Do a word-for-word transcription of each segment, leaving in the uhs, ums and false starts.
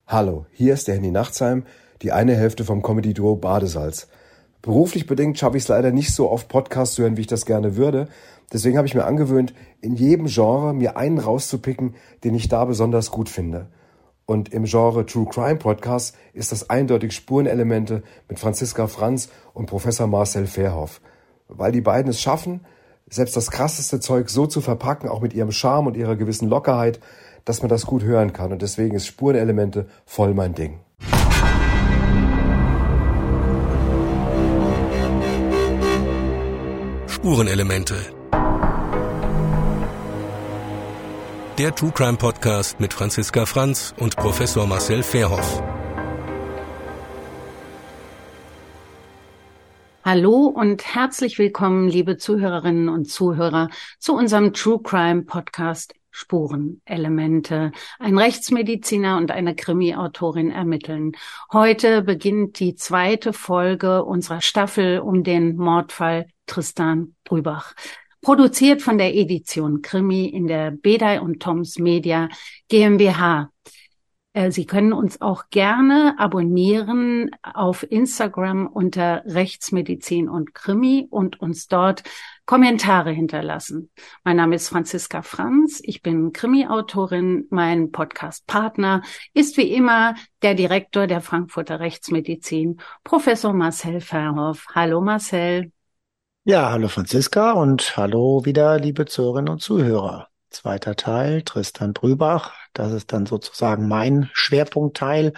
Hallo, hier ist der Henny Nachtsheim, die eine Hälfte vom Comedy-Duo Badesalz. Beruflich bedingt schaffe ich es leider nicht so oft Podcasts zu hören, wie ich das gerne würde. Deswegen habe ich mir angewöhnt, in jedem Genre mir einen rauszupicken, den ich da besonders gut finde. Und im Genre True Crime Podcast ist das eindeutig Spurenelemente mit Franziska Franz und Professor Marcel Verhoff. Weil die beiden es schaffen, selbst das krasseste Zeug so zu verpacken, auch mit ihrem Charme und ihrer gewissen Lockerheit, dass man das gut hören kann. Und deswegen ist Spurenelemente voll mein Ding. Spurenelemente. Der True Crime Podcast mit Franziska Franz und Professor Marcel Verhoff. Hallo und herzlich willkommen, liebe Zuhörerinnen und Zuhörer, zu unserem True Crime Podcast Spurenelemente. Ein Rechtsmediziner und eine Krimi-Autorin ermitteln. Heute beginnt die zweite Folge unserer Staffel um den Mordfall Tristan Brübach. Produziert von der Edition Krimi in der Bedei und Toms Media GmbH. Sie können uns auch gerne abonnieren auf Instagram unter Rechtsmedizin und Krimi und uns dort Kommentare hinterlassen. Mein Name ist Franziska Franz, ich bin Krimi-Autorin. Mein Podcast-Partner ist wie immer der Direktor der Frankfurter Rechtsmedizin, Professor Marcel Verhoff. Hallo Marcel. Ja, hallo Franziska und hallo wieder, liebe Zuhörerinnen und Zuhörer. Zweiter Teil, Tristan Brübach. Das ist dann sozusagen mein Schwerpunktteil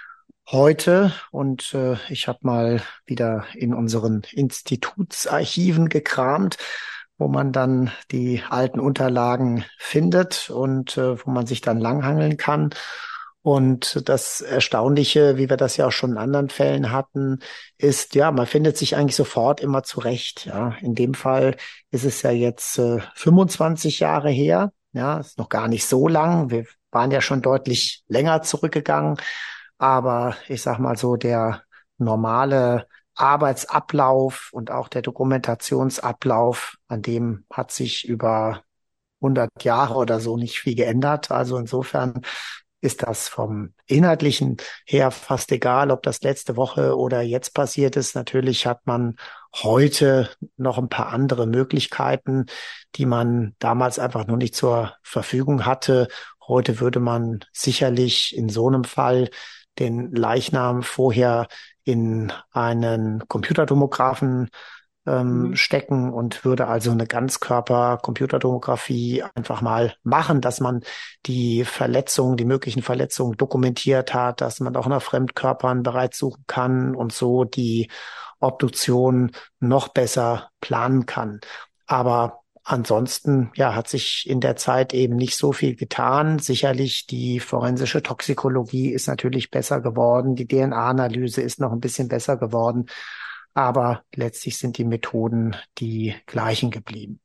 heute. Und äh, ich habe mal wieder in unseren Institutsarchiven gekramt, wo man dann die alten Unterlagen findet und äh, wo man sich dann langhangeln kann. Und das Erstaunliche, wie wir das ja auch schon in anderen Fällen hatten, ist, ja, man findet sich eigentlich sofort immer zurecht. Ja, in dem Fall ist es ja jetzt äh, fünfundzwanzig Jahre her. Ja, ist noch gar nicht so lang. Wir waren ja schon deutlich länger zurückgegangen. Aber ich sag mal so, der normale Arbeitsablauf und auch der Dokumentationsablauf, an dem hat sich über hundert Jahre oder so nicht viel geändert. Also insofern ist das vom Inhaltlichen her fast egal, ob das letzte Woche oder jetzt passiert ist. Natürlich hat man heute noch ein paar andere Möglichkeiten, die man damals einfach noch nicht zur Verfügung hatte. Heute würde man sicherlich in so einem Fall den Leichnam vorher in einen Computertomographen ähm, mhm. stecken und würde also eine Ganzkörper-Computertomographie einfach mal machen, dass man die Verletzungen, die möglichen Verletzungen dokumentiert hat, dass man auch nach Fremdkörpern bereits suchen kann und so die Obduktion noch besser planen kann. Aber ansonsten, ja, hat sich in der Zeit eben nicht so viel getan. Sicherlich die forensische Toxikologie ist natürlich besser geworden. Die D N A-Analyse ist noch ein bisschen besser geworden. Aber letztlich sind die Methoden die gleichen geblieben.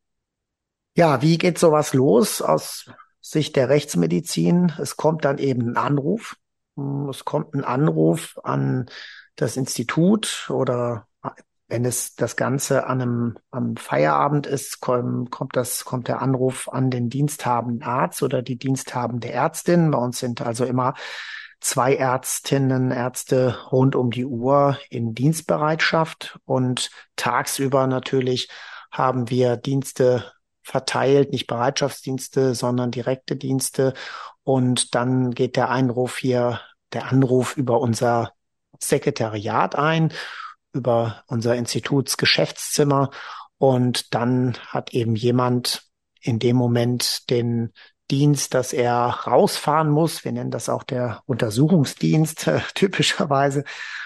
Ja, wie geht sowas los aus Sicht der Rechtsmedizin? Es kommt dann eben ein Anruf. Es kommt ein Anruf an das Institut oder wenn es das Ganze an einem am Feierabend ist, kommt, kommt das, kommt der Anruf an den diensthabenden Arzt oder die diensthabende Ärztin. Bei uns sind also immer zwei Ärztinnen, Ärzte rund um die Uhr in Dienstbereitschaft und tagsüber natürlich haben wir Dienste verteilt, nicht Bereitschaftsdienste, sondern direkte Dienste und dann geht der Einruf hier, der Anruf über unser Sekretariat ein, über unser Institutsgeschäftszimmer und dann hat eben jemand in dem Moment den Dienst, dass er rausfahren muss. Wir nennen das auch der Untersuchungsdienst äh, typischerweise.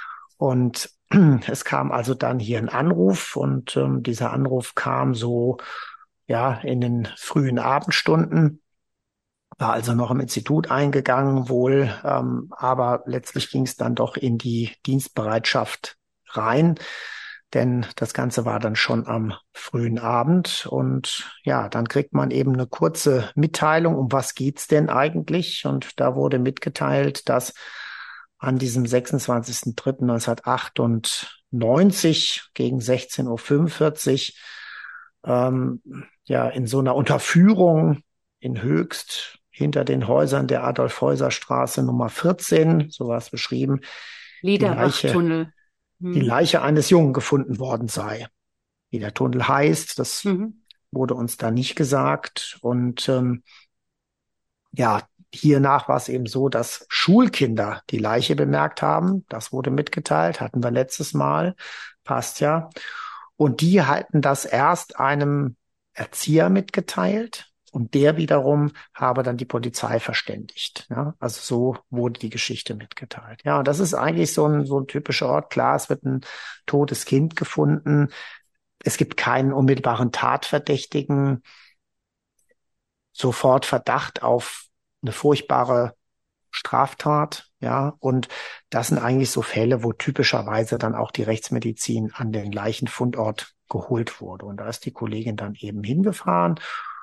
Und es kam also dann hier ein Anruf und ähm, dieser Anruf kam so ja in den frühen Abendstunden. War also noch im Institut eingegangen wohl, ähm, aber letztlich ging es dann doch in die Dienstbereitschaft rein. Denn das Ganze war dann schon am frühen Abend und ja, dann kriegt man eben eine kurze Mitteilung, um was geht's denn eigentlich? Und da wurde mitgeteilt, dass an diesem sechsundzwanzigsten dritten neunzehnhundertachtundneunzig gegen sechzehn Uhr fünfundvierzig ähm, ja in so einer Unterführung in Höchst hinter den Häusern der Adolf-Heuser-Straße Nummer vierzehn, so war es beschrieben, die Leiche, Liederbach-Tunnel. die Leiche eines Jungen gefunden worden sei. Wie der Tunnel heißt, das Mhm. wurde uns da nicht gesagt. Und ähm, ja, hiernach war es eben so, dass Schulkinder die Leiche bemerkt haben. Das wurde mitgeteilt, hatten wir letztes Mal. Passt ja. Und die hatten das erst einem Erzieher mitgeteilt. Und der wiederum habe dann die Polizei verständigt. Ja, also so wurde die Geschichte mitgeteilt. Ja, und das ist eigentlich so ein, so ein typischer Ort. Klar, es wird ein totes Kind gefunden. Es gibt keinen unmittelbaren Tatverdächtigen. Sofort Verdacht auf eine furchtbare Straftat. Ja, und das sind eigentlich so Fälle, wo typischerweise dann auch die Rechtsmedizin an den Leichenfundort geholt wurde. Und da ist die Kollegin dann eben hingefahren.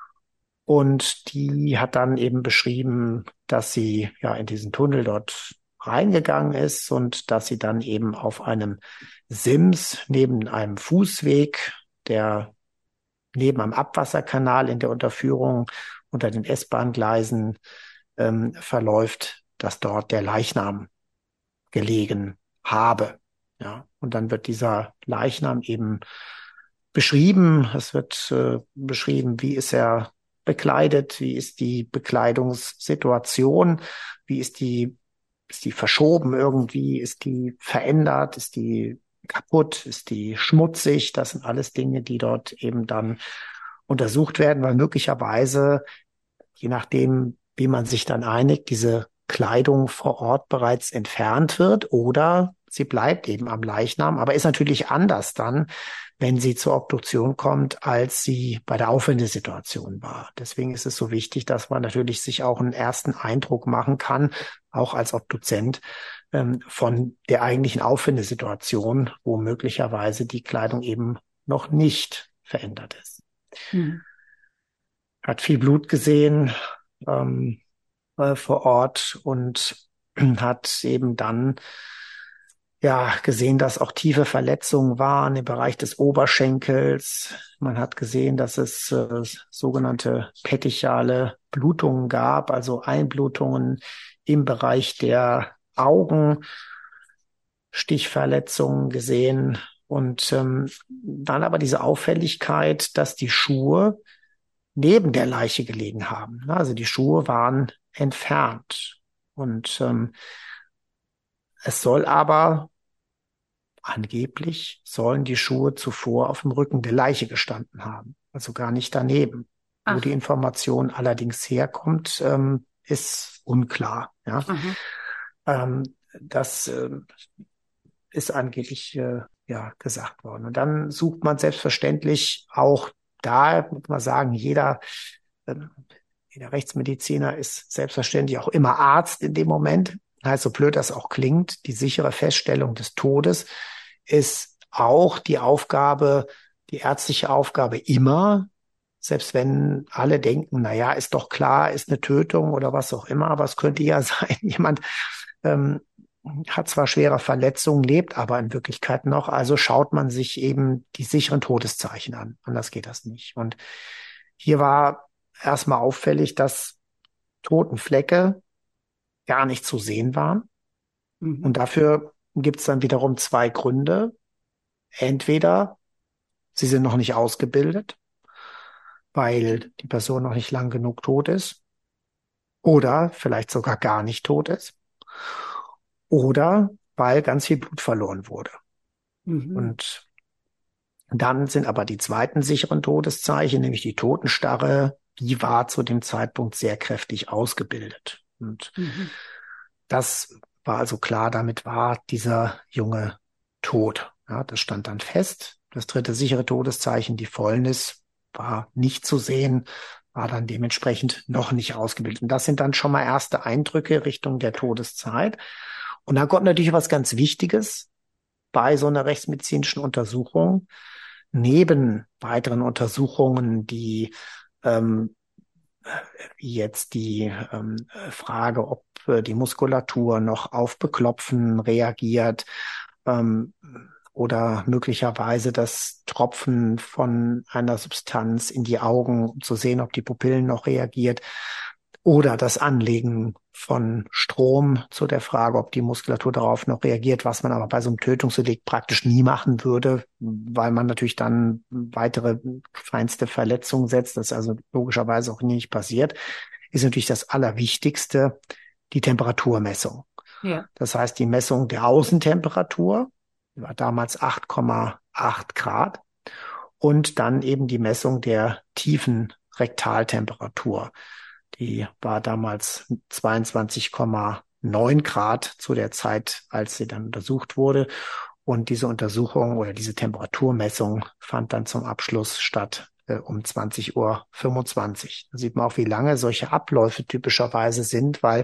Und die hat dann eben beschrieben, dass sie ja in diesen Tunnel dort reingegangen ist und dass sie dann eben auf einem Sims neben einem Fußweg, der neben einem Abwasserkanal in der Unterführung unter den S-Bahn-Gleisen ähm, verläuft, dass dort der Leichnam gelegen habe. Ja, und dann wird dieser Leichnam eben beschrieben. Es wird äh, beschrieben, wie ist er bekleidet, wie ist die Bekleidungssituation, wie ist die, ist die verschoben irgendwie, ist die verändert, ist die kaputt, ist die schmutzig. Das sind alles Dinge, die dort eben dann untersucht werden, weil möglicherweise, je nachdem, wie man sich dann einigt, diese Kleidung vor Ort bereits entfernt wird oder sie bleibt eben am Leichnam, aber ist natürlich anders dann, wenn sie zur Obduktion kommt, als sie bei der Auffindesituation war. Deswegen ist es so wichtig, dass man natürlich sich auch einen ersten Eindruck machen kann, auch als Obduzent, ähm, von der eigentlichen Auffindesituation, wo möglicherweise die Kleidung eben noch nicht verändert ist. Mhm. Hat viel Blut gesehen ähm, äh, vor Ort und hat eben dann ja gesehen, dass auch tiefe Verletzungen waren im Bereich des Oberschenkels. Man hat gesehen, dass es äh, sogenannte petechiale Blutungen gab, also Einblutungen im Bereich der Augen, Stichverletzungen gesehen und ähm, dann aber diese Auffälligkeit, dass die Schuhe neben der Leiche gelegen haben. Also die Schuhe waren entfernt und ähm, es soll aber angeblich sollen die Schuhe zuvor auf dem Rücken der Leiche gestanden haben, also gar nicht daneben. Ach. Wo die Information allerdings herkommt, ähm, ist unklar. Ja, ähm, das äh, ist angeblich äh, ja gesagt worden. Und dann sucht man selbstverständlich auch da, muss man sagen, jeder äh, jeder Rechtsmediziner ist selbstverständlich auch immer Arzt in dem Moment. Heißt, so blöd das auch klingt, die sichere Feststellung des Todes ist auch die Aufgabe, die ärztliche Aufgabe immer, selbst wenn alle denken, na ja, ist doch klar, ist eine Tötung oder was auch immer, aber es könnte ja sein, jemand ähm, hat zwar schwere Verletzungen, lebt aber in Wirklichkeit noch, also schaut man sich eben die sicheren Todeszeichen an. Anders geht das nicht. Und hier war erstmal auffällig, dass Totenflecke gar nicht zu sehen waren. Mhm. Und dafür gibt es dann wiederum zwei Gründe. Entweder sie sind noch nicht ausgebildet, weil die Person noch nicht lang genug tot ist, oder vielleicht sogar gar nicht tot ist, oder weil ganz viel Blut verloren wurde. Mhm. Und dann sind aber die zweiten sicheren Todeszeichen, nämlich die Totenstarre, die war zu dem Zeitpunkt sehr kräftig ausgebildet. Und mhm. das war also klar, damit war dieser Junge tot. Ja, das stand dann fest. Das dritte sichere Todeszeichen, die Fäulnis, war nicht zu sehen, war dann dementsprechend noch nicht ausgebildet. Und das sind dann schon mal erste Eindrücke Richtung der Todeszeit. Und dann kommt natürlich was ganz Wichtiges bei so einer rechtsmedizinischen Untersuchung. Neben weiteren Untersuchungen, die ähm, wie jetzt die ähm, Frage, ob äh, die Muskulatur noch auf Beklopfen reagiert ähm, oder möglicherweise das Tropfen von einer Substanz in die Augen, um zu sehen, ob die Pupillen noch reagiert. oder das Anlegen von Strom zu der Frage, ob die Muskulatur darauf noch reagiert, was man aber bei so einem Tötungsdelikt praktisch nie machen würde, weil man natürlich dann weitere feinste Verletzungen setzt, das also logischerweise auch nicht passiert, ist natürlich das Allerwichtigste, die Temperaturmessung. Ja. Das heißt, die Messung der Außentemperatur, die war damals acht Komma acht Grad, und dann eben die Messung der tiefen Rektaltemperatur. Die war damals zweiundzwanzig Komma neun Grad zu der Zeit, als sie dann untersucht wurde. Und diese Untersuchung oder diese Temperaturmessung fand dann zum Abschluss statt äh, um zwanzig Uhr fünfundzwanzig. Da sieht man auch, wie lange solche Abläufe typischerweise sind, weil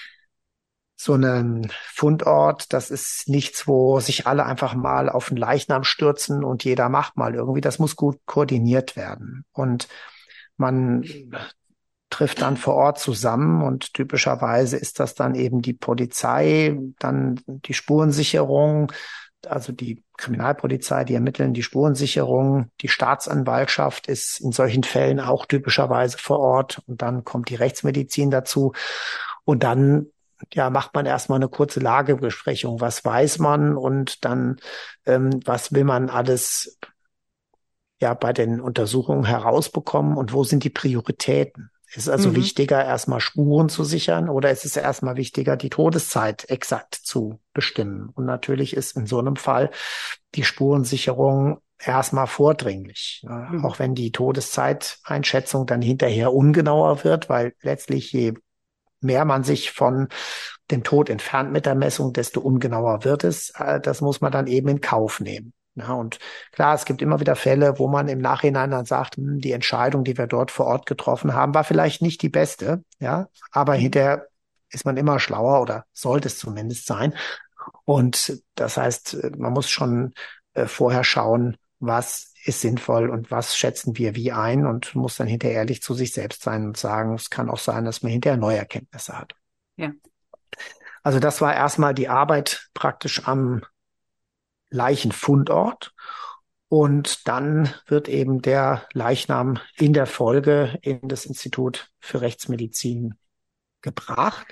so ein Fundort, das ist nichts, wo sich alle einfach mal auf den Leichnam stürzen und jeder macht mal irgendwie. Das muss gut koordiniert werden. Und man trifft dann vor Ort zusammen und typischerweise ist das dann eben die Polizei, dann die Spurensicherung, also die Kriminalpolizei, die ermitteln, die Spurensicherung, die Staatsanwaltschaft ist in solchen Fällen auch typischerweise vor Ort und dann kommt die Rechtsmedizin dazu und dann ja, macht man erstmal eine kurze Lagebesprechung. Was weiß man und dann, ähm, was will man alles ja bei den Untersuchungen herausbekommen und wo sind die Prioritäten? Ist es also mhm. wichtiger, erstmal Spuren zu sichern oder ist es erstmal wichtiger, die Todeszeit exakt zu bestimmen? Und natürlich ist in so einem Fall die Spurensicherung erstmal vordringlich, mhm. auch wenn die Todeszeiteinschätzung dann hinterher ungenauer wird, weil letztlich je mehr man sich von dem Tod entfernt mit der Messung, desto ungenauer wird es. Das muss man dann eben in Kauf nehmen. Ja, und klar, es gibt immer wieder Fälle, wo man im Nachhinein dann sagt, hm, die Entscheidung, die wir dort vor Ort getroffen haben, war vielleicht nicht die beste. Ja, aber hinterher ist man immer schlauer oder sollte es zumindest sein. Und das heißt, man muss schon äh, vorher schauen, was ist sinnvoll und was schätzen wir wie ein und muss dann hinterher ehrlich zu sich selbst sein und sagen, es kann auch sein, dass man hinterher neue Erkenntnisse hat. Ja. Also das war erstmal die Arbeit praktisch am Leichenfundort und dann wird eben der Leichnam in der Folge in das Institut für Rechtsmedizin gebracht.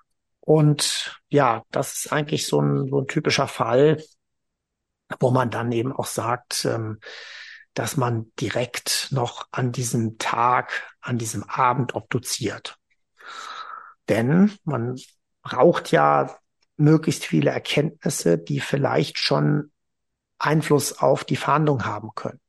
Und ja, das ist eigentlich so ein, so ein typischer Fall, wo man dann eben auch sagt, ähm, dass man direkt noch an diesem Tag, an diesem Abend obduziert. Denn man braucht ja möglichst viele Erkenntnisse, die vielleicht schon Einfluss auf die Fahndung haben können.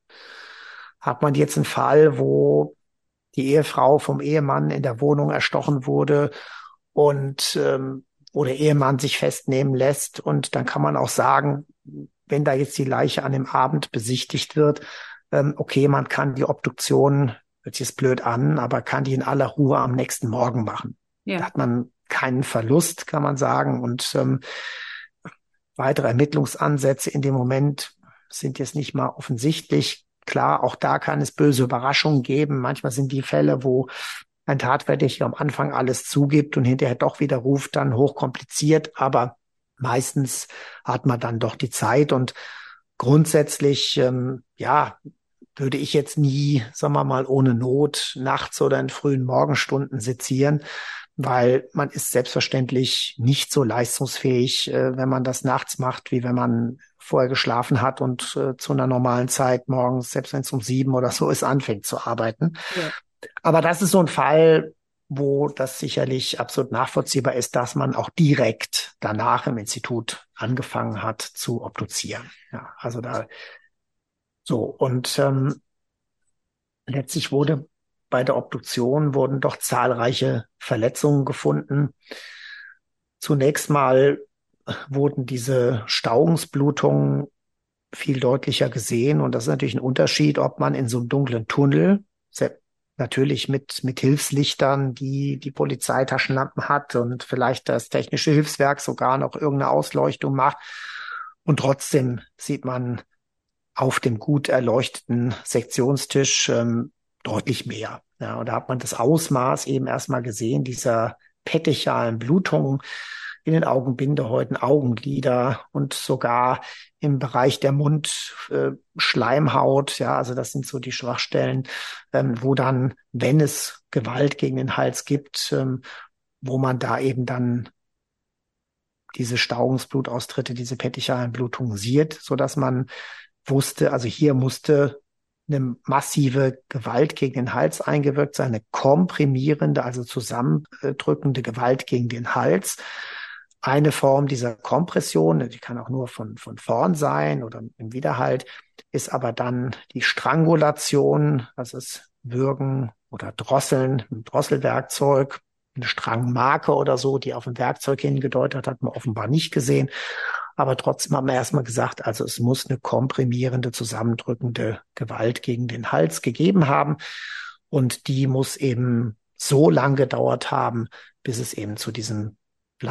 Hat man jetzt einen Fall, wo die Ehefrau vom Ehemann in der Wohnung erstochen wurde und ähm, wo der Ehemann sich festnehmen lässt und dann kann man auch sagen, wenn da jetzt die Leiche an dem Abend besichtigt wird, ähm, okay, man kann die Obduktion, hört sich jetzt blöd an, aber kann die in aller Ruhe am nächsten Morgen machen. Ja. Da hat man keinen Verlust, kann man sagen. Und ähm, weitere Ermittlungsansätze in dem Moment sind jetzt nicht mal offensichtlich. Klar, auch da kann es böse Überraschungen geben. Manchmal sind die Fälle, wo ein Tatverdächtiger am Anfang alles zugibt und hinterher doch widerruft, dann hochkompliziert. Aber meistens hat man dann doch die Zeit und grundsätzlich, ähm, ja, würde ich jetzt nie, sagen wir mal, ohne Not nachts oder in frühen Morgenstunden sezieren, weil man ist selbstverständlich nicht so leistungsfähig, äh, wenn man das nachts macht, wie wenn man vorher geschlafen hat und äh, zu einer normalen Zeit morgens, selbst wenn es um sieben oder so ist, anfängt zu arbeiten. Ja. Aber das ist so ein Fall, wo das sicherlich absolut nachvollziehbar ist, dass man auch direkt danach im Institut angefangen hat zu obduzieren. Ja, also da so und ähm, letztlich wurde bei der Obduktion wurden doch zahlreiche Verletzungen gefunden. Zunächst mal wurden diese Stauungsblutungen viel deutlicher gesehen und das ist natürlich ein Unterschied, ob man in so einem dunklen Tunnel natürlich mit mit Hilfslichtern, die die Polizei Taschenlampen hat und vielleicht das technische Hilfswerk sogar noch irgendeine Ausleuchtung macht. Und trotzdem sieht man auf dem gut erleuchteten Sektionstisch ähm, deutlich mehr. Ja, und da hat man das Ausmaß eben erstmal gesehen, dieser petechialen Blutungen in den Augenbindehäuten, Augenlider und sogar im Bereich der Mundschleimhaut. Ja, also das sind so die Schwachstellen, ähm, wo dann, wenn es Gewalt gegen den Hals gibt, ähm, wo man da eben dann diese Stauungsblutaustritte, diese petechialen Blutungen sieht, so dass man wusste, also hier musste eine massive Gewalt gegen den Hals eingewirkt sein, eine komprimierende, also zusammendrückende Gewalt gegen den Hals. Eine Form dieser Kompression, die kann auch nur von, von vorn sein oder im Widerhalt, ist aber dann die Strangulation, das ist Würgen oder Drosseln, ein Drosselwerkzeug, eine Strangmarke oder so, die auf ein Werkzeug hingedeutet hat, hat man offenbar nicht gesehen. Aber trotzdem haben wir erstmal gesagt, also es muss eine komprimierende, zusammendrückende Gewalt gegen den Hals gegeben haben. Und die muss eben so lang gedauert haben, bis es eben zu diesen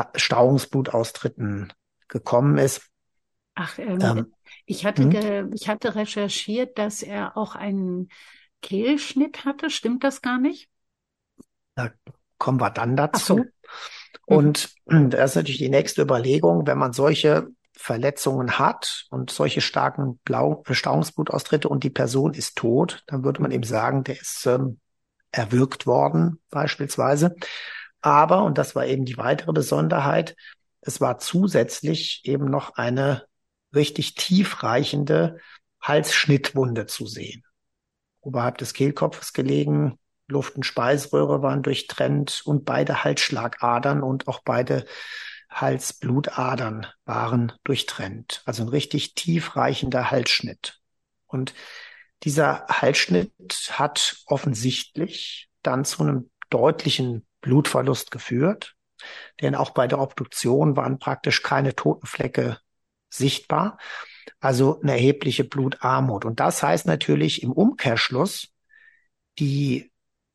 Stauungsblutaustritten gekommen ist. Ach, ähm, Ähm, ich hatte, hm? ge, ich hatte recherchiert, dass er auch einen Kehlschnitt hatte. Stimmt das gar nicht? Da kommen wir dann Ach so. dazu. Und das ist natürlich die nächste Überlegung, wenn man solche Verletzungen hat und solche starken Blau Stauungsblutaustritte und die Person ist tot, dann würde man eben sagen, der ist ähm, erwürgt worden beispielsweise. Aber, und das war eben die weitere Besonderheit, es war zusätzlich eben noch eine richtig tiefreichende Halsschnittwunde zu sehen. Oberhalb des Kehlkopfes gelegen, Luft- und Speiseröhre waren durchtrennt und beide Halsschlagadern und auch beide Halsblutadern waren durchtrennt. Also ein richtig tiefreichender Halsschnitt. Und dieser Halsschnitt hat offensichtlich dann zu einem deutlichen Blutverlust geführt, denn auch bei der Obduktion waren praktisch keine Totenflecke sichtbar, also eine erhebliche Blutarmut. Und das heißt natürlich im Umkehrschluss, die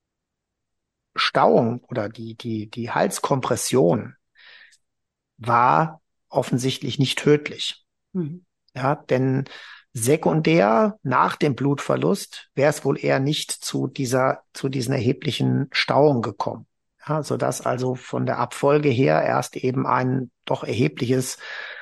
Stauung oder die, die, die Halskompression war offensichtlich nicht tödlich. Mhm. Ja, denn sekundär nach dem Blutverlust wäre es wohl eher nicht zu dieser, zu diesen erheblichen Stauungen gekommen. Ja, sodass also von der Abfolge her erst eben ein doch erhebliches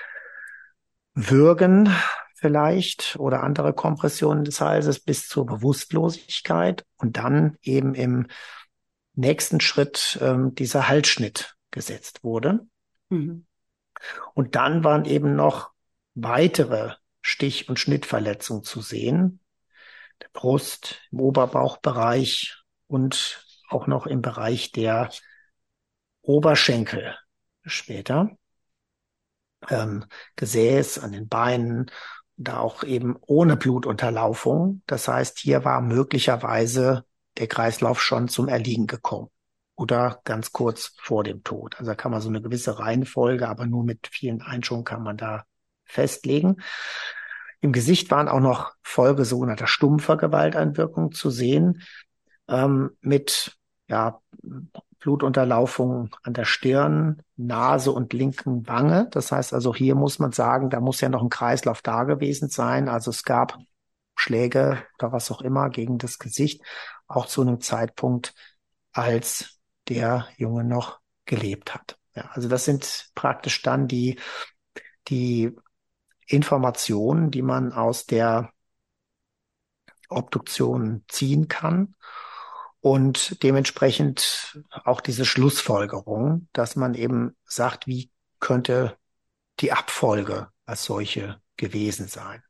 Würgen vielleicht oder andere Kompressionen des Halses bis zur Bewusstlosigkeit und dann eben im nächsten Schritt ähm, dieser Halsschnitt gesetzt wurde. Mhm. Und dann waren eben noch weitere Stich- und Schnittverletzungen zu sehen. Der Brust, im Oberbauchbereich und auch noch im Bereich der Oberschenkel später. Ähm, Gesäß an den Beinen, da auch eben ohne Blutunterlaufung. Das heißt, hier war möglicherweise der Kreislauf schon zum Erliegen gekommen oder ganz kurz vor dem Tod. Also da kann man so eine gewisse Reihenfolge, aber nur mit vielen Einschränkungen kann man da festlegen. Im Gesicht waren auch noch Folge sogenannter stumpfer Gewalteinwirkungen zu sehen, ähm, mit ja, Blutunterlaufung an der Stirn, Nase und linken Wange. Das heißt also, hier muss man sagen, da muss ja noch ein Kreislauf da gewesen sein. Also es gab Schläge oder was auch immer gegen das Gesicht, auch zu einem Zeitpunkt, als der Junge noch gelebt hat. Ja, also das sind praktisch dann die, die Informationen, die man aus der Obduktion ziehen kann. Und dementsprechend auch diese Schlussfolgerung, dass man eben sagt, wie könnte die Abfolge als solche gewesen sein.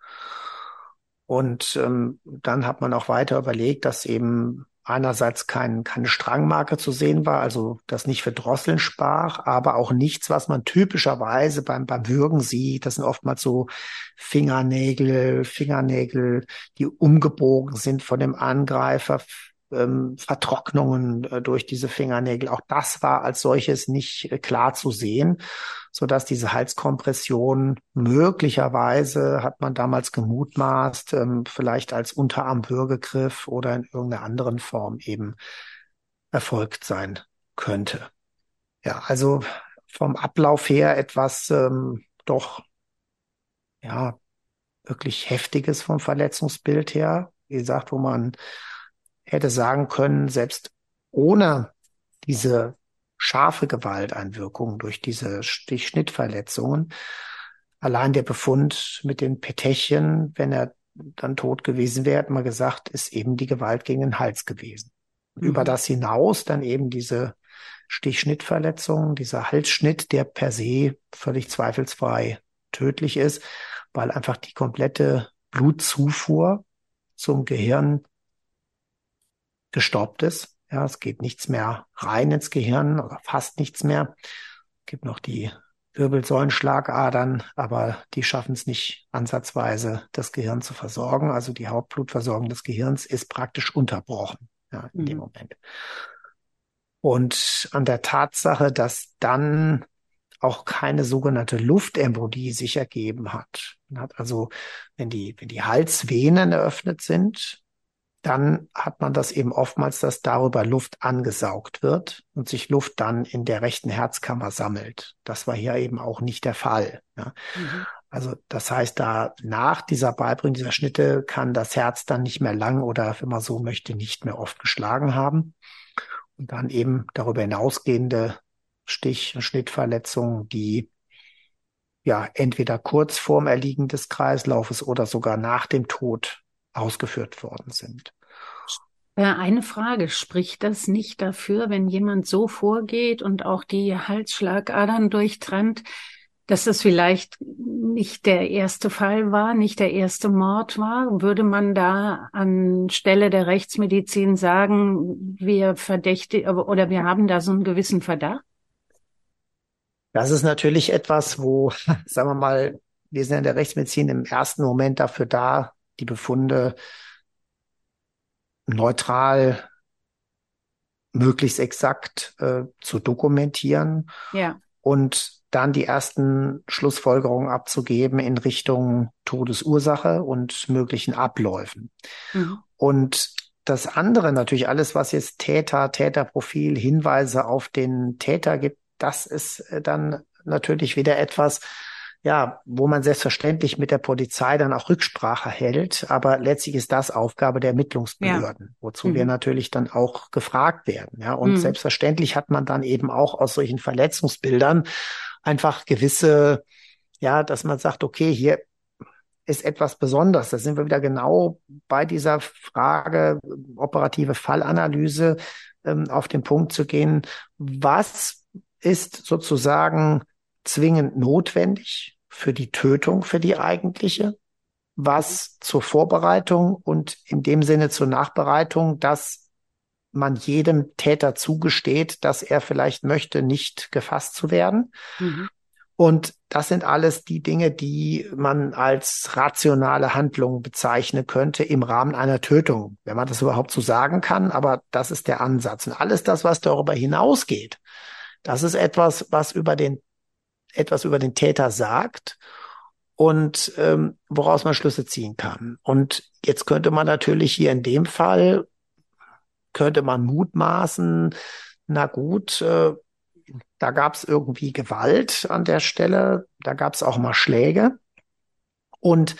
Und ähm, dann hat man auch weiter überlegt, dass eben einerseits kein, keine Strangmarke zu sehen war, also das nicht für Drosseln sprach, aber auch nichts, was man typischerweise beim, beim Würgen sieht. Das sind oftmals so Fingernägel, Fingernägel, die umgebogen sind von dem Angreifer, ähm, Vertrocknungen äh, durch diese Fingernägel. Auch das war als solches nicht äh, klar zu sehen, so dass diese Halskompression möglicherweise, hat man damals gemutmaßt, ähm, vielleicht als Unterarmwürgegriff oder in irgendeiner anderen Form eben erfolgt sein könnte. Ja, also vom Ablauf her etwas ähm, doch ja wirklich Heftiges vom Verletzungsbild her. Wie gesagt, wo man hätte sagen können, selbst ohne diese scharfe Gewalteinwirkung durch diese Stich-Schnittverletzungen. Allein der Befund mit den Petechien, wenn er dann tot gewesen wäre, hat man gesagt, ist eben die Gewalt gegen den Hals gewesen. Mhm. Über das hinaus dann eben diese Stich-Schnittverletzung, dieser Halsschnitt, der per se völlig zweifelsfrei tödlich ist, weil einfach die komplette Blutzufuhr zum Gehirn gestoppt ist. Ja, es geht nichts mehr rein ins Gehirn oder fast nichts mehr. Es gibt noch die Wirbelsäulenschlagadern, aber die schaffen es nicht ansatzweise, das Gehirn zu versorgen. Also die Hauptblutversorgung des Gehirns ist praktisch unterbrochen, ja, in mhm. dem Moment. Und an der Tatsache, dass dann auch keine sogenannte Luftembolie sich ergeben hat. Man hat also, wenn die, wenn die Halsvenen eröffnet sind, dann hat man das eben oftmals, dass darüber Luft angesaugt wird und sich Luft dann in der rechten Herzkammer sammelt. Das war hier eben auch nicht der Fall. Ja. Mhm. Also das heißt, da nach dieser Beibringung dieser Schnitte kann das Herz dann nicht mehr lang oder, wenn man so möchte, nicht mehr oft geschlagen haben. Und dann eben darüber hinausgehende Stich- und Schnittverletzungen, die ja entweder kurz vorm Erliegen des Kreislaufes oder sogar nach dem Tod ausgeführt worden sind. Eine Frage, spricht das nicht dafür, wenn jemand so vorgeht und auch die Halsschlagadern durchtrennt, dass das vielleicht nicht der erste Fall war, nicht der erste Mord war? Würde man da anstelle der Rechtsmedizin sagen, wir verdächtigen oder wir haben da so einen gewissen Verdacht? Das ist natürlich etwas, wo, sagen wir mal, wir sind in der Rechtsmedizin im ersten Moment dafür da, die Befunde neutral, möglichst exakt äh, zu dokumentieren ja. und dann die ersten Schlussfolgerungen abzugeben in Richtung Todesursache und möglichen Abläufen. Mhm. Und das andere natürlich, alles, was jetzt Täter, Täterprofil, Hinweise auf den Täter gibt, das ist dann natürlich wieder etwas, ja, wo man selbstverständlich mit der Polizei dann auch Rücksprache hält, aber letztlich ist das Aufgabe der Ermittlungsbehörden, ja. wozu mhm. wir natürlich dann auch gefragt werden. Ja, und mhm. selbstverständlich hat man dann eben auch aus solchen Verletzungsbildern einfach gewisse, ja, dass man sagt, okay, hier ist etwas Besonderes. Da sind wir wieder genau bei dieser Frage, operative Fallanalyse, ähm, auf den Punkt zu gehen. Was ist sozusagen zwingend notwendig für die Tötung, für die eigentliche? Was zur Vorbereitung und in dem Sinne zur Nachbereitung, dass man jedem Täter zugesteht, dass er vielleicht möchte, nicht gefasst zu werden. Mhm. Und das sind alles die Dinge, die man als rationale Handlung bezeichnen könnte im Rahmen einer Tötung, wenn man das überhaupt so sagen kann. Aber das ist der Ansatz. Und alles das, was darüber hinausgeht, das ist etwas, was über den, etwas über den Täter sagt und ähm, woraus man Schlüsse ziehen kann. Und jetzt könnte man natürlich hier in dem Fall könnte man mutmaßen, na gut, äh, da gab es irgendwie Gewalt an der Stelle, da gab es auch mal Schläge. Und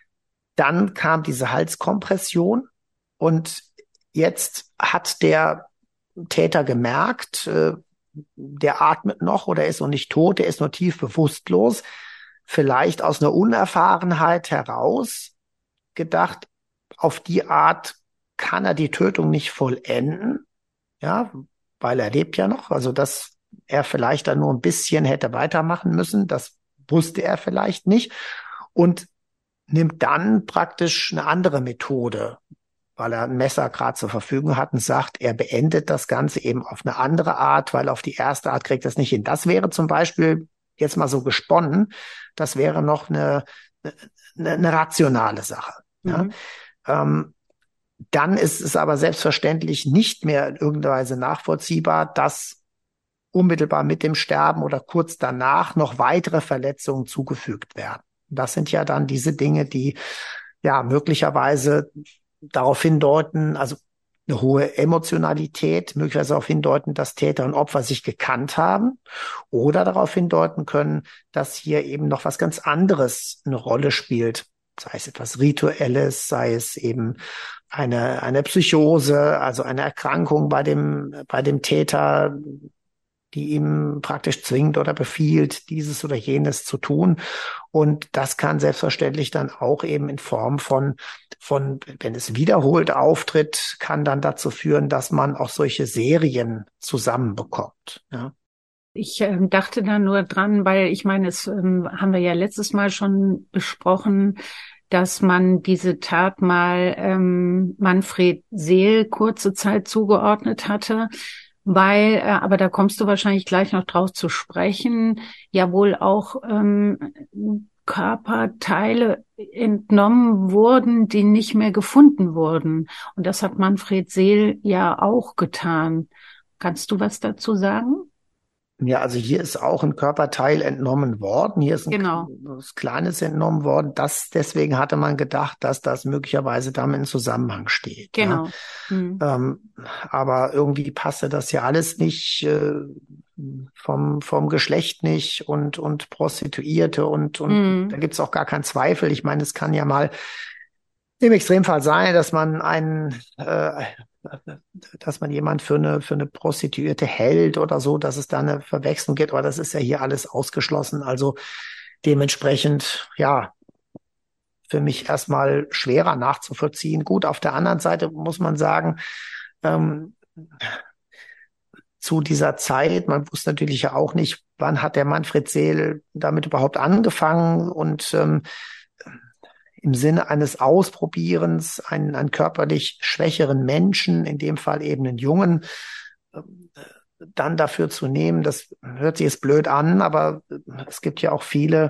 dann kam diese Halskompression und jetzt hat der Täter gemerkt, äh, der atmet noch oder ist noch nicht tot, der ist nur tief bewusstlos. Vielleicht aus einer Unerfahrenheit heraus gedacht, auf die Art kann er die Tötung nicht vollenden, ja, weil er lebt ja noch, also dass er vielleicht dann nur ein bisschen hätte weitermachen müssen, das wusste er vielleicht nicht und nimmt dann praktisch eine andere Methode, weil er ein Messer gerade zur Verfügung hat und sagt, er beendet das Ganze eben auf eine andere Art, weil auf die erste Art kriegt er es nicht hin. Das wäre zum Beispiel jetzt mal so gesponnen, das wäre noch eine, eine, eine rationale Sache, mhm. ja. Ähm, Dann ist es aber selbstverständlich nicht mehr in irgendeiner Weise nachvollziehbar, dass unmittelbar mit dem Sterben oder kurz danach noch weitere Verletzungen zugefügt werden. Das sind ja dann diese Dinge, die ja möglicherweise darauf hindeuten, also eine hohe Emotionalität, möglicherweise darauf hindeuten, dass Täter und Opfer sich gekannt haben oder darauf hindeuten können, dass hier eben noch was ganz anderes eine Rolle spielt. Sei es etwas Rituelles, sei es eben eine, eine Psychose, also eine Erkrankung bei dem, bei dem Täter, die ihm praktisch zwingt oder befiehlt, dieses oder jenes zu tun. Und das kann selbstverständlich dann auch eben in Form von, von, wenn es wiederholt auftritt, kann dann dazu führen, dass man auch solche Serien zusammenbekommt. Ja. Ich ähm, dachte da nur dran, weil ich meine, es ähm, haben wir ja letztes Mal schon besprochen, dass man diese Tat mal ähm, Manfred Seel kurze Zeit zugeordnet hatte, weil, äh, aber da kommst du wahrscheinlich gleich noch drauf zu sprechen, ja wohl auch ähm, Körperteile entnommen wurden, die nicht mehr gefunden wurden. Und das hat Manfred Seel ja auch getan. Kannst du was dazu sagen? Ja, also hier ist auch ein Körperteil entnommen worden. Hier ist ein Genau. was Kleines entnommen worden. Das, deswegen hatte man gedacht, dass das möglicherweise damit in Zusammenhang steht. Genau. Ja. Hm. Ähm, aber irgendwie passte das ja alles nicht, äh, vom, vom Geschlecht nicht und, und Prostituierte und, und Hm. da gibt's auch gar keinen Zweifel. Ich meine, es kann ja mal im Extremfall sein, dass man einen, äh, dass man jemand für eine, für eine Prostituierte hält oder so, dass es da eine Verwechslung gibt, aber das ist ja hier alles ausgeschlossen. Also dementsprechend, ja, für mich erstmal schwerer nachzuvollziehen. Gut, auf der anderen Seite muss man sagen, ähm, zu dieser Zeit, man wusste natürlich ja auch nicht, wann hat der Manfred Seel damit überhaupt angefangen und ähm, im Sinne eines Ausprobierens einen, einen körperlich schwächeren Menschen, in dem Fall eben einen Jungen, dann dafür zu nehmen, das hört sich jetzt blöd an, aber es gibt ja auch viele,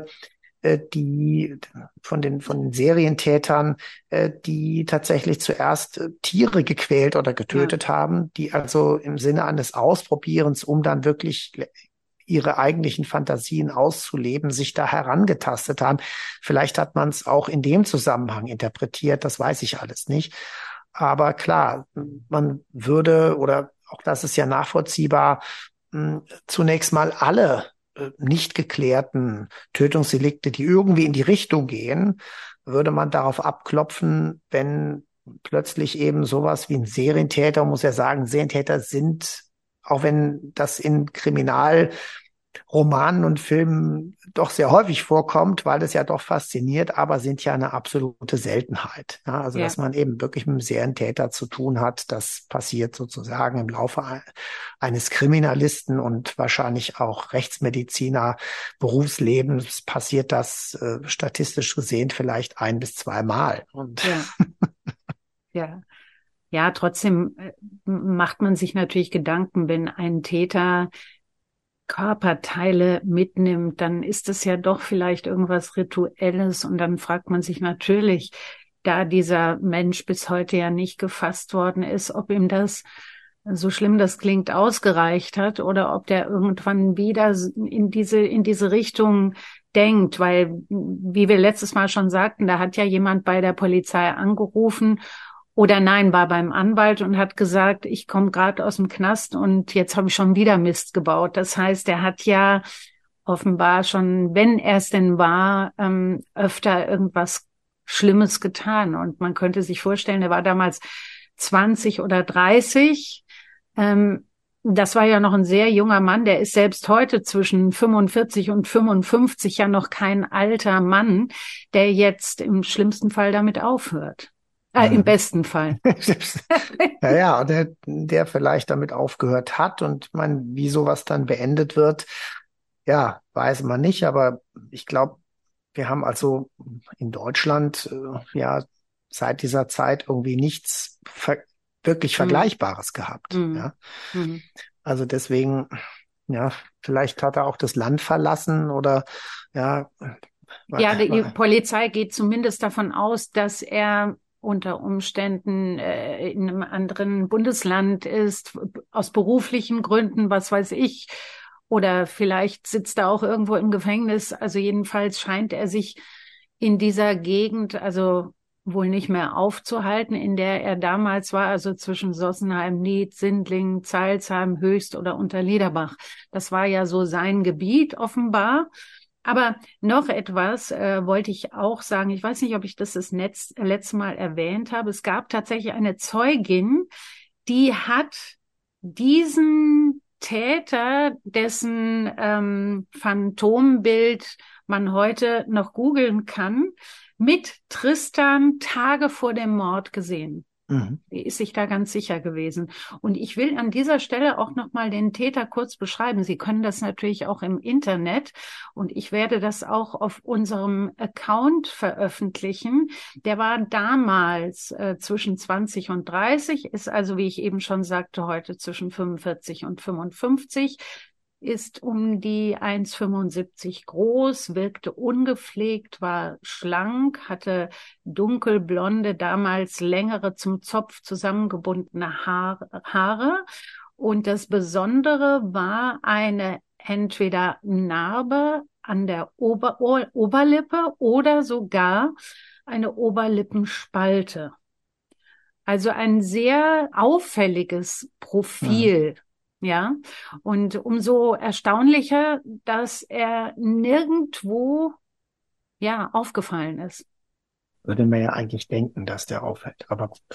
die von den, von den Serientätern, die tatsächlich zuerst Tiere gequält oder getötet ja. haben, die also im Sinne eines Ausprobierens, um dann wirklich ihre eigentlichen Fantasien auszuleben, sich da herangetastet haben. Vielleicht hat man es auch in dem Zusammenhang interpretiert, das weiß ich alles nicht. Aber klar, man würde, oder auch das ist ja nachvollziehbar, zunächst mal alle nicht geklärten Tötungsdelikte, die irgendwie in die Richtung gehen, würde man darauf abklopfen, wenn plötzlich eben sowas wie ein Serientäter, muss ja sagen, Serientäter sind, auch wenn das in Kriminalromanen und Filmen doch sehr häufig vorkommt, weil es ja doch fasziniert, aber sind ja eine absolute Seltenheit. Ja, also, ja. dass man eben wirklich mit einem Serientäter zu tun hat, das passiert sozusagen im Laufe eines Kriminalisten und wahrscheinlich auch Rechtsmediziner Berufslebens passiert das äh, statistisch gesehen vielleicht ein bis zweimal. Und ja. ja. Ja, trotzdem macht man sich natürlich Gedanken, wenn ein Täter Körperteile mitnimmt, dann ist es ja doch vielleicht irgendwas Rituelles und dann fragt man sich natürlich, da dieser Mensch bis heute ja nicht gefasst worden ist, ob ihm das, so schlimm das klingt, ausgereicht hat oder ob der irgendwann wieder in diese, in diese Richtung denkt, weil, wie wir letztes Mal schon sagten, da hat ja jemand bei der Polizei angerufen oder nein, war beim Anwalt und hat gesagt, ich komme gerade aus dem Knast und jetzt habe ich schon wieder Mist gebaut. Das heißt, er hat ja offenbar schon, wenn er es denn war, ähm, öfter irgendwas Schlimmes getan. Und man könnte sich vorstellen, er war damals zwanzig oder dreißig. Ähm, das war ja noch ein sehr junger Mann. Der ist selbst heute zwischen fünfundvierzig und fünfundfünfzig ja noch kein alter Mann, der jetzt im schlimmsten Fall damit aufhört. Äh, im besten Fall. ja, ja, der, der vielleicht damit aufgehört hat und man, wie sowas dann beendet wird, ja, weiß man nicht, aber ich glaube, wir haben also in Deutschland äh, ja seit dieser Zeit irgendwie nichts ver- wirklich mhm. Vergleichbares gehabt. Mhm. Ja. Mhm. Also deswegen, ja, vielleicht hat er auch das Land verlassen oder ja. Ja, die Polizei geht zumindest davon aus, dass er unter Umständen äh, in einem anderen Bundesland ist, aus beruflichen Gründen, was weiß ich, oder vielleicht sitzt er auch irgendwo im Gefängnis. Also jedenfalls scheint er sich in dieser Gegend, also wohl nicht mehr aufzuhalten, in der er damals war, also zwischen Sossenheim, Nied, Sindlingen, Zeilsheim, Höchst oder Unterliederbach. Das war ja so sein Gebiet offenbar. Aber noch etwas äh, wollte ich auch sagen. Ich weiß nicht, ob ich das das Netz, äh, letzte Mal erwähnt habe. Es gab tatsächlich eine Zeugin, die hat diesen Täter, dessen ähm, Phantombild man heute noch googeln kann, mit Tristan Tage vor dem Mord gesehen. Mhm. Die ist sich da ganz sicher gewesen. Und ich will an dieser Stelle auch nochmal den Täter kurz beschreiben. Sie können das natürlich auch im Internet und ich werde das auch auf unserem Account veröffentlichen. Der war damals äh, zwischen zwanzig und dreißig, ist also, wie ich eben schon sagte, heute zwischen fünfundvierzig und fünfundfünfzig. Ist um die eins Komma fünfundsiebzig groß, wirkte ungepflegt, war schlank, hatte dunkelblonde, damals längere zum Zopf zusammengebundene Haar, Haare. Und das Besondere war eine entweder Narbe an der Ober Oberlippe oder sogar eine Oberlippenspalte. Also ein sehr auffälliges Profil. Mhm. Ja, und umso erstaunlicher, dass er nirgendwo, ja, aufgefallen ist. Würde man ja eigentlich denken, dass der auffällt. Aber gut.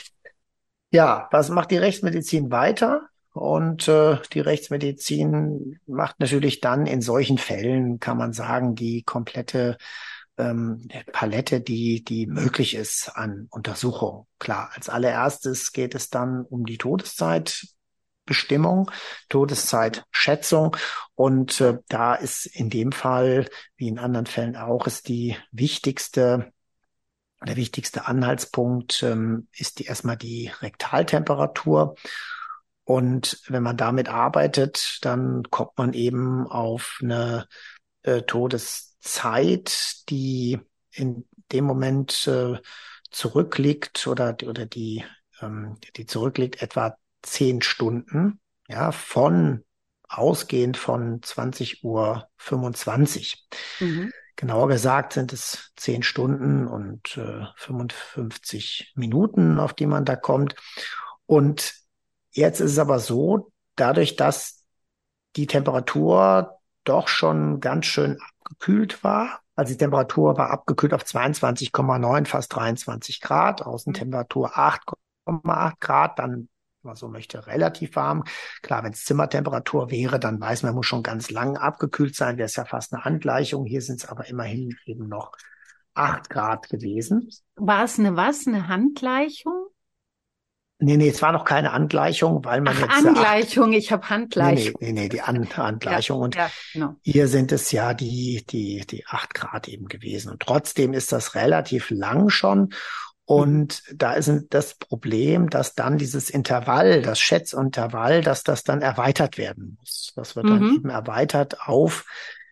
Ja, was macht die Rechtsmedizin weiter? Und äh, die Rechtsmedizin macht natürlich dann in solchen Fällen, kann man sagen, die komplette ähm, Palette, die die möglich ist an Untersuchung. Klar, als allererstes geht es dann um die Todeszeit. Bestimmung, Todeszeitschätzung. Und äh, da ist in dem Fall, wie in anderen Fällen auch, ist die wichtigste, der wichtigste Anhaltspunkt ähm, ist die, erstmal die Rektaltemperatur. Und wenn man damit arbeitet, dann kommt man eben auf eine äh, Todeszeit, die in dem Moment äh, zurückliegt oder, oder die, ähm, die zurückliegt etwa zehn Stunden, ja, von ausgehend von zwanzig Uhr fünfundzwanzig. Mhm. Genauer gesagt sind es zehn Stunden und äh, fünfundfünfzig Minuten, auf die man da kommt. Und jetzt ist es aber so, dadurch, dass die Temperatur doch schon ganz schön abgekühlt war, also die Temperatur war abgekühlt auf zweiundzwanzig Komma neun, fast dreiundzwanzig Grad, Außentemperatur acht Komma acht Grad, dann, wenn man so möchte, relativ warm. Klar, wenn es Zimmertemperatur wäre, dann weiß man, muss schon ganz lang abgekühlt sein, wäre es ja fast eine Angleichung. Hier sind es aber immerhin eben noch acht Grad gewesen. War es eine was, eine Handgleichung? Nee, nee, es war noch keine Angleichung, weil man Ach, jetzt... Angleichung, acht, ich habe nee, Handgleichung. nee, nee, nee, die An Angleichung. Ja, und ja, genau. hier sind es ja die, die, die acht Grad eben gewesen. Und trotzdem ist das relativ lang schon. Und mhm. da ist das Problem, dass dann dieses Intervall, das Schätzuntervall, dass das dann erweitert werden muss. Das wird dann Mhm. eben erweitert auf,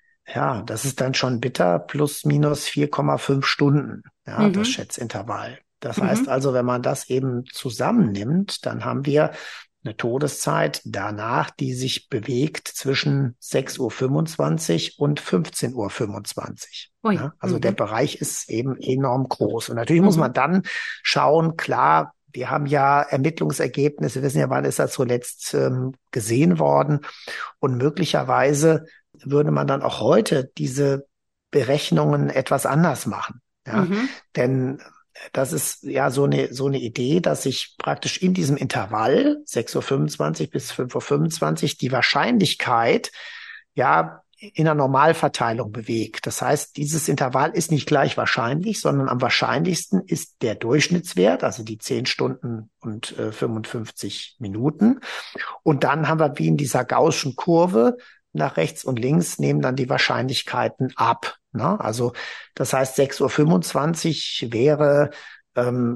ja, das ist dann schon bitter, plus minus vier Komma fünf Stunden, ja, Mhm. das Schätzintervall. Das Mhm. heißt also, wenn man das eben zusammennimmt, dann haben wir eine Todeszeit danach, die sich bewegt zwischen sechs Uhr fünfundzwanzig und fünfzehn Uhr fünfundzwanzig. Ui. Ja, also Mhm. der Bereich ist eben enorm groß. Und natürlich Mhm. muss man dann schauen, klar, wir haben ja Ermittlungsergebnisse, wir wissen ja, wann ist er zuletzt ähm, gesehen worden. Und möglicherweise würde man dann auch heute diese Berechnungen etwas anders machen. Ja, Mhm. denn das ist ja so eine, so eine Idee, dass sich praktisch in diesem Intervall sechs Uhr fünfundzwanzig bis fünf Uhr fünfundzwanzig die Wahrscheinlichkeit ja in einer Normalverteilung bewegt. Das heißt, dieses Intervall ist nicht gleich wahrscheinlich, sondern am wahrscheinlichsten ist der Durchschnittswert, also die zehn Stunden und äh, fünfundfünfzig Minuten. Und dann haben wir wie in dieser Gaußschen Kurve nach rechts und links nehmen dann die Wahrscheinlichkeiten ab. Ne? Also das heißt, sechs Uhr fünfundzwanzig wäre ähm,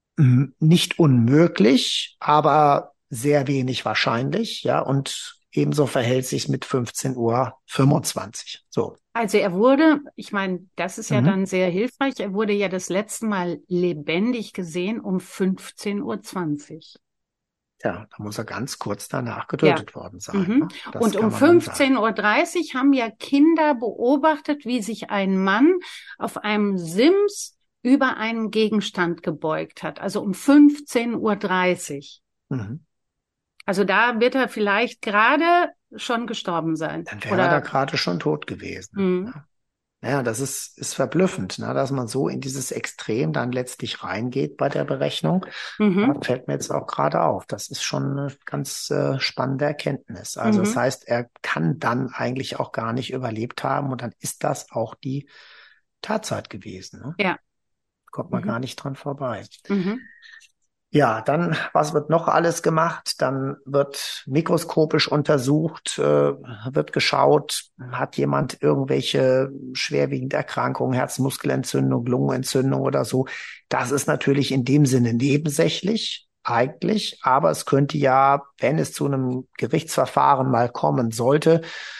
nicht unmöglich, aber sehr wenig wahrscheinlich. Ja, und ebenso verhält sich mit fünfzehn Uhr fünfundzwanzig. So. Also er wurde, ich meine, das ist ja Mhm. dann sehr hilfreich, er wurde ja das letzte Mal lebendig gesehen um fünfzehn Uhr zwanzig. Ja, da muss er ganz kurz danach getötet ja. worden sein. Mhm. Ne? Das Und um fünfzehn Uhr dreißig haben ja Kinder beobachtet, wie sich ein Mann auf einem Sims über einen Gegenstand gebeugt hat. Also um fünfzehn Uhr dreißig. Mhm. Also da wird er vielleicht gerade schon gestorben sein. Dann wäre Oder er da gerade schon tot gewesen. mhm. Ja. Ja, das ist, ist verblüffend, ne, dass man so in dieses Extrem dann letztlich reingeht bei der Berechnung. Mhm. Da fällt mir jetzt auch gerade auf. Das ist schon eine ganz äh, spannende Erkenntnis. Also das Mhm. heißt, er kann dann eigentlich auch gar nicht überlebt haben und dann ist das auch die Tatzeit gewesen. Ne? Ja. Kommt man Mhm. gar nicht dran vorbei. Mhm. Ja, dann, was wird noch alles gemacht? Dann wird mikroskopisch untersucht, äh, wird geschaut, hat jemand irgendwelche schwerwiegende Erkrankungen, Herzmuskelentzündung, Lungenentzündung oder so. Das ist natürlich in dem Sinne nebensächlich eigentlich, aber es könnte ja, wenn es zu einem Gerichtsverfahren mal kommen sollte,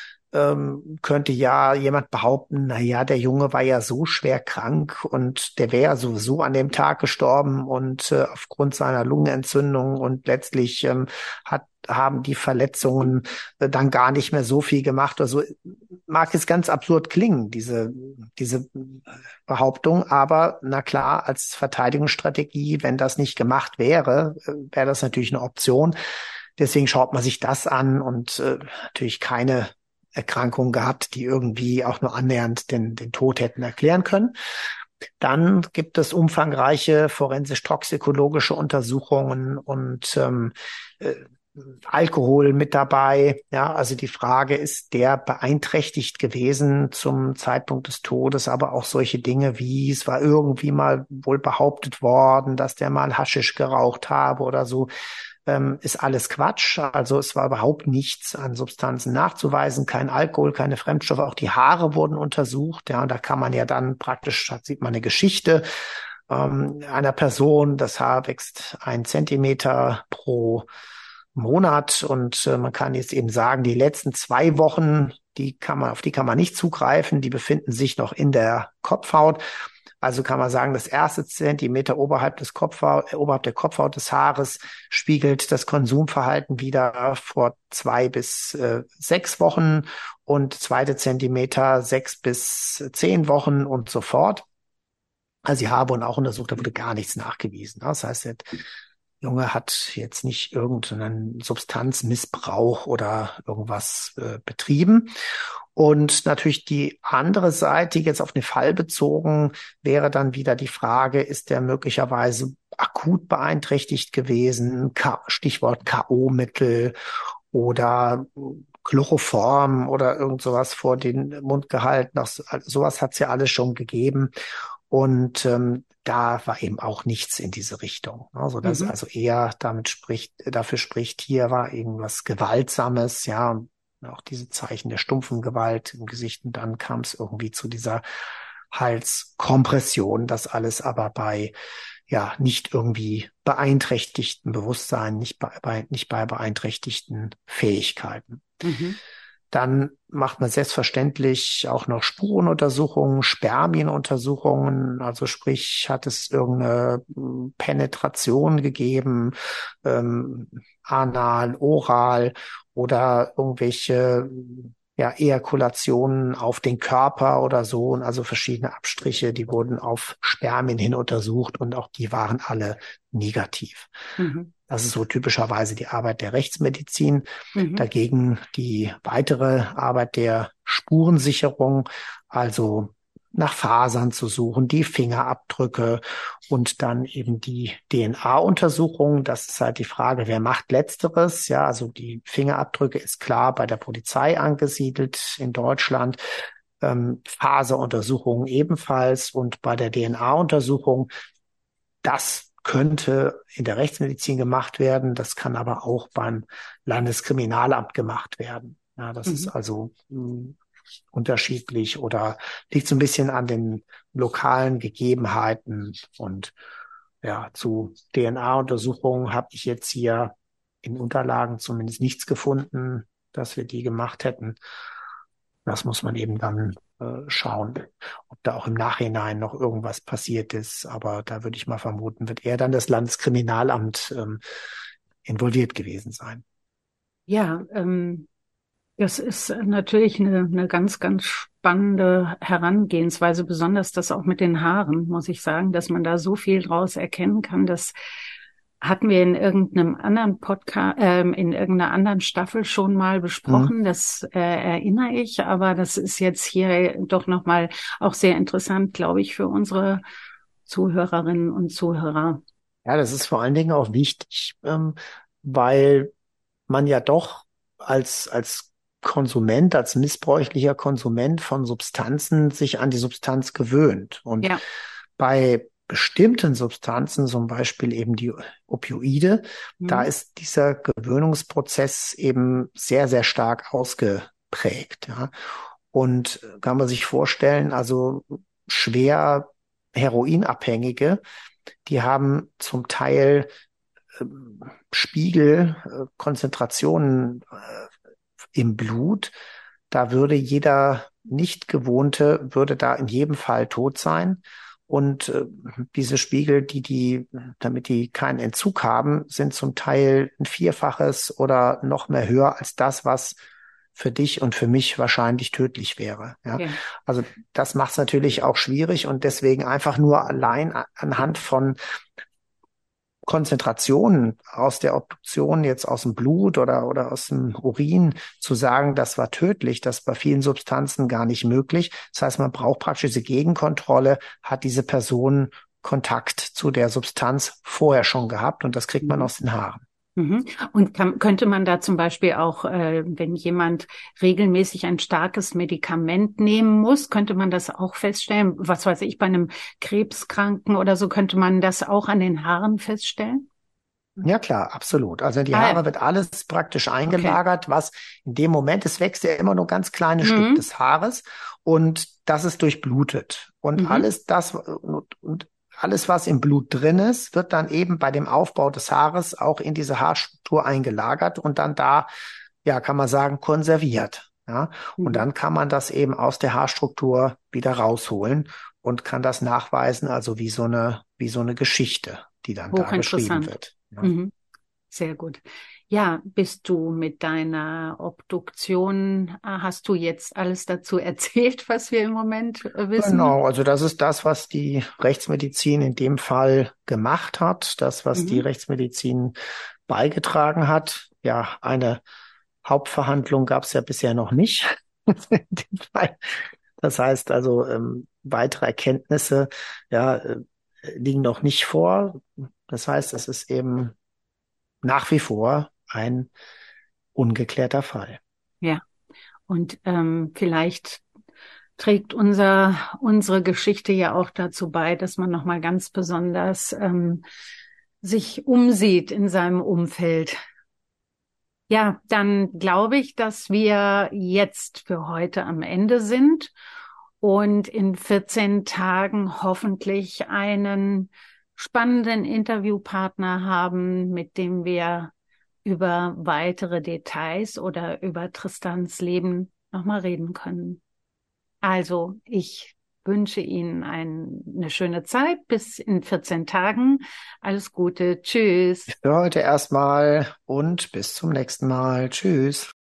ähm, könnte ja jemand behaupten, na ja, der Junge war ja so schwer krank und der wäre sowieso an dem Tag gestorben und äh, aufgrund seiner Lungenentzündung und letztlich ähm, hat haben die Verletzungen äh, dann gar nicht mehr so viel gemacht. Also mag es ganz absurd klingen, diese diese Behauptung, aber na klar, als Verteidigungsstrategie, wenn das nicht gemacht wäre, äh, wäre das natürlich eine Option. Deswegen schaut man sich das an und äh, natürlich keine Erkrankungen gehabt, die irgendwie auch nur annähernd den, den Tod hätten erklären können. Dann gibt es umfangreiche forensisch-toxikologische Untersuchungen und ähm, äh, Alkohol mit dabei. Ja, also die Frage, ist der beeinträchtigt gewesen zum Zeitpunkt des Todes, aber auch solche Dinge wie, es war irgendwie mal wohl behauptet worden, dass der mal Haschisch geraucht habe oder so. Ähm, ist alles Quatsch. Also es war überhaupt nichts an Substanzen nachzuweisen, kein Alkohol, keine Fremdstoffe. Auch die Haare wurden untersucht. Ja, und da kann man ja dann praktisch, da sieht man eine Geschichte ähm, einer Person. Das Haar wächst ein Zentimeter pro Monat und äh, man kann jetzt eben sagen, die letzten zwei Wochen, die kann man, auf die kann man nicht zugreifen. Die befinden sich noch in der Kopfhaut. Also kann man sagen, das erste Zentimeter oberhalb des Kopfhaut, oberhalb der Kopfhaut des Haares spiegelt das Konsumverhalten wieder vor zwei bis äh, sechs Wochen und zweite Zentimeter sechs bis zehn Wochen und so fort. Also die Haare wurden auch untersucht, da wurde gar nichts nachgewiesen. Das heißt, der Junge hat jetzt nicht irgendeinen Substanzmissbrauch oder irgendwas äh, betrieben. Und natürlich die andere Seite, jetzt auf den Fall bezogen, wäre dann wieder die Frage, ist der möglicherweise akut beeinträchtigt gewesen? K- Stichwort K O-Mittel oder Chloroform oder irgend sowas vor den Mund gehalten. Auch so- sowas hat es ja alles schon gegeben. Und ähm, da war eben auch nichts in diese Richtung. Also das Mhm. also eher damit spricht, dafür spricht, hier war irgendwas Gewaltsames, ja, und auch diese Zeichen der stumpfen Gewalt im Gesicht. Und dann kam es irgendwie zu dieser Halskompression, das alles aber bei ja nicht irgendwie beeinträchtigten Bewusstsein, nicht bei, bei nicht bei beeinträchtigten Fähigkeiten. Mhm. Dann macht man selbstverständlich auch noch Spurenuntersuchungen, Spermienuntersuchungen, also sprich, hat es irgendeine Penetration gegeben, ähm, anal, oral oder irgendwelche ja, Ejakulationen auf den Körper oder so, und also verschiedene Abstriche, die wurden auf Spermien hin untersucht und auch die waren alle negativ. Mhm. Das ist so typischerweise die Arbeit der Rechtsmedizin. Mhm. Dagegen die weitere Arbeit der Spurensicherung, also nach Fasern zu suchen, die Fingerabdrücke und dann eben die D N A-Untersuchung. Das ist halt die Frage, wer macht Letzteres? Ja, also die Fingerabdrücke ist klar bei der Polizei angesiedelt in Deutschland. Ähm, Faseruntersuchungen ebenfalls und bei der D N A-Untersuchung, das könnte in der Rechtsmedizin gemacht werden. Das kann aber auch beim Landeskriminalamt gemacht werden. Ja, das ist Mhm. also mh, unterschiedlich oder liegt so ein bisschen an den lokalen Gegebenheiten. Und ja, zu D N A-Untersuchungen habe ich jetzt hier in Unterlagen zumindest nichts gefunden, dass wir die gemacht hätten. Das muss man eben dann äh, schauen, ob da auch im Nachhinein noch irgendwas passiert ist. Aber da würde ich mal vermuten, wird eher dann das Landeskriminalamt ähm, involviert gewesen sein. Ja, ähm, das ist natürlich eine, eine ganz, ganz spannende Herangehensweise, besonders das auch mit den Haaren, muss ich sagen, dass man da so viel draus erkennen kann. Das hatten wir in irgendeinem anderen Podcast, äh, in irgendeiner anderen Staffel schon mal besprochen. Mhm. Das äh, erinnere ich, aber das ist jetzt hier doch nochmal auch sehr interessant, glaube ich, für unsere Zuhörerinnen und Zuhörer. Ja, das ist vor allen Dingen auch wichtig, ähm, weil man ja doch als, als Konsument, als missbräuchlicher Konsument von Substanzen sich an die Substanz gewöhnt. Und ja. bei bestimmten Substanzen, zum Beispiel eben die Opioide, mhm. da ist dieser Gewöhnungsprozess eben sehr, sehr stark ausgeprägt. Ja. Und kann man sich vorstellen, also schwer Heroinabhängige, die haben zum Teil äh, Spiegel, äh, Konzentrationen äh, im Blut. Da würde jeder Nicht-Gewohnte, würde da in jedem Fall tot sein. Und äh, diese Spiegel, die die, damit die keinen Entzug haben, sind zum Teil ein Vierfaches oder noch mehr höher als das, was für dich und für mich wahrscheinlich tödlich wäre. Ja? Ja. Also das macht es natürlich auch schwierig und deswegen einfach nur allein anhand von Konzentrationen aus der Obduktion, jetzt aus dem Blut oder, oder aus dem Urin zu sagen, das war tödlich, das ist bei vielen Substanzen gar nicht möglich. Das heißt, man braucht praktisch diese Gegenkontrolle, hat diese Person Kontakt zu der Substanz vorher schon gehabt und das kriegt man aus den Haaren. Und kann, könnte man da zum Beispiel auch, äh, wenn jemand regelmäßig ein starkes Medikament nehmen muss, könnte man das auch feststellen? Was weiß ich, bei einem Krebskranken oder so, könnte man das auch an den Haaren feststellen? Ja klar, absolut. Also in die Haare ah, ja. wird alles praktisch eingelagert, okay. was in dem Moment, es wächst ja immer nur ganz kleine mhm. Stück des Haares und das ist durchblutet. Und mhm. alles das und, und Alles, was im Blut drin ist, wird dann eben bei dem Aufbau des Haares auch in diese Haarstruktur eingelagert und dann da, ja, kann man sagen, konserviert. Ja, mhm. und dann kann man das eben aus der Haarstruktur wieder rausholen und kann das nachweisen, also wie so eine, wie so eine Geschichte, die dann da beschrieben wird. Ja. Mhm. Sehr gut. Ja, bist du mit deiner Obduktion, hast du jetzt alles dazu erzählt, was wir im Moment wissen? Genau, also das ist das, was die Rechtsmedizin in dem Fall gemacht hat, das, was mhm. die Rechtsmedizin beigetragen hat. Ja, eine Hauptverhandlung gab es ja bisher noch nicht. in dem Fall. Das heißt also, ähm, weitere Erkenntnisse ja, äh, liegen noch nicht vor. Das heißt, es ist eben nach wie vor ein ungeklärter Fall. Ja, und ähm, vielleicht trägt unser unsere Geschichte ja auch dazu bei, dass man nochmal ganz besonders ähm, sich umsieht in seinem Umfeld. Ja, dann glaube ich, dass wir jetzt für heute am Ende sind und in vierzehn Tagen hoffentlich einen spannenden Interviewpartner haben, mit dem wir über weitere Details oder über Tristans Leben nochmal reden können. Also, ich wünsche Ihnen ein, eine schöne Zeit bis in vierzehn Tagen. Alles Gute. Tschüss. Für heute erstmal und bis zum nächsten Mal. Tschüss.